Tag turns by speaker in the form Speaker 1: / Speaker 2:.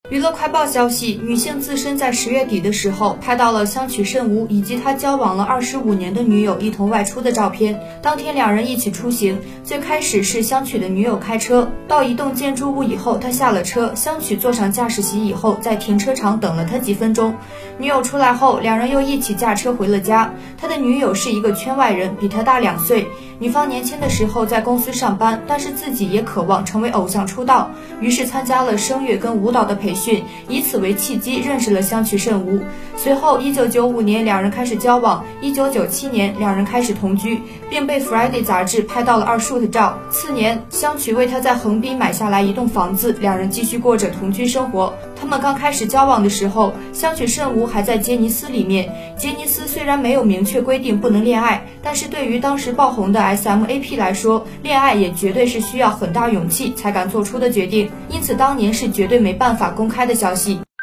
Speaker 1: 娱乐快报消息，女性自身在10月底的时候拍到了相取慎吾以及他交往了25年的女友一同外出的照片。当天两人一起出行，最开始是相取的女友开车到一栋建筑物以后，他下了车，相取坐上驾驶席以后，在停车场等了他几分钟。女友出来后，两人又一起驾车回了家。他的女友是一个圈外人，比他大2岁。女方年轻的时候在公司上班，但是自己也渴望成为偶像出道，于是参加了声乐跟舞蹈的培训，以此为契机认识了相取慎吾。随后1995年两人开始交往，1997年两人开始同居，并被 Friday 杂志拍到了2 shoot 照。次年，相取为他在横滨买下来一栋房子，两人继续过着同居生活。他们刚开始交往的时候，相取慎吾还在杰尼斯里面。杰尼斯虽然没有明确规定不能恋爱，但是对于当时爆红的 SMAP 来说，恋爱也绝对是需要很大勇气才敢做出的决定，因此当年是绝对没办法公开的消息。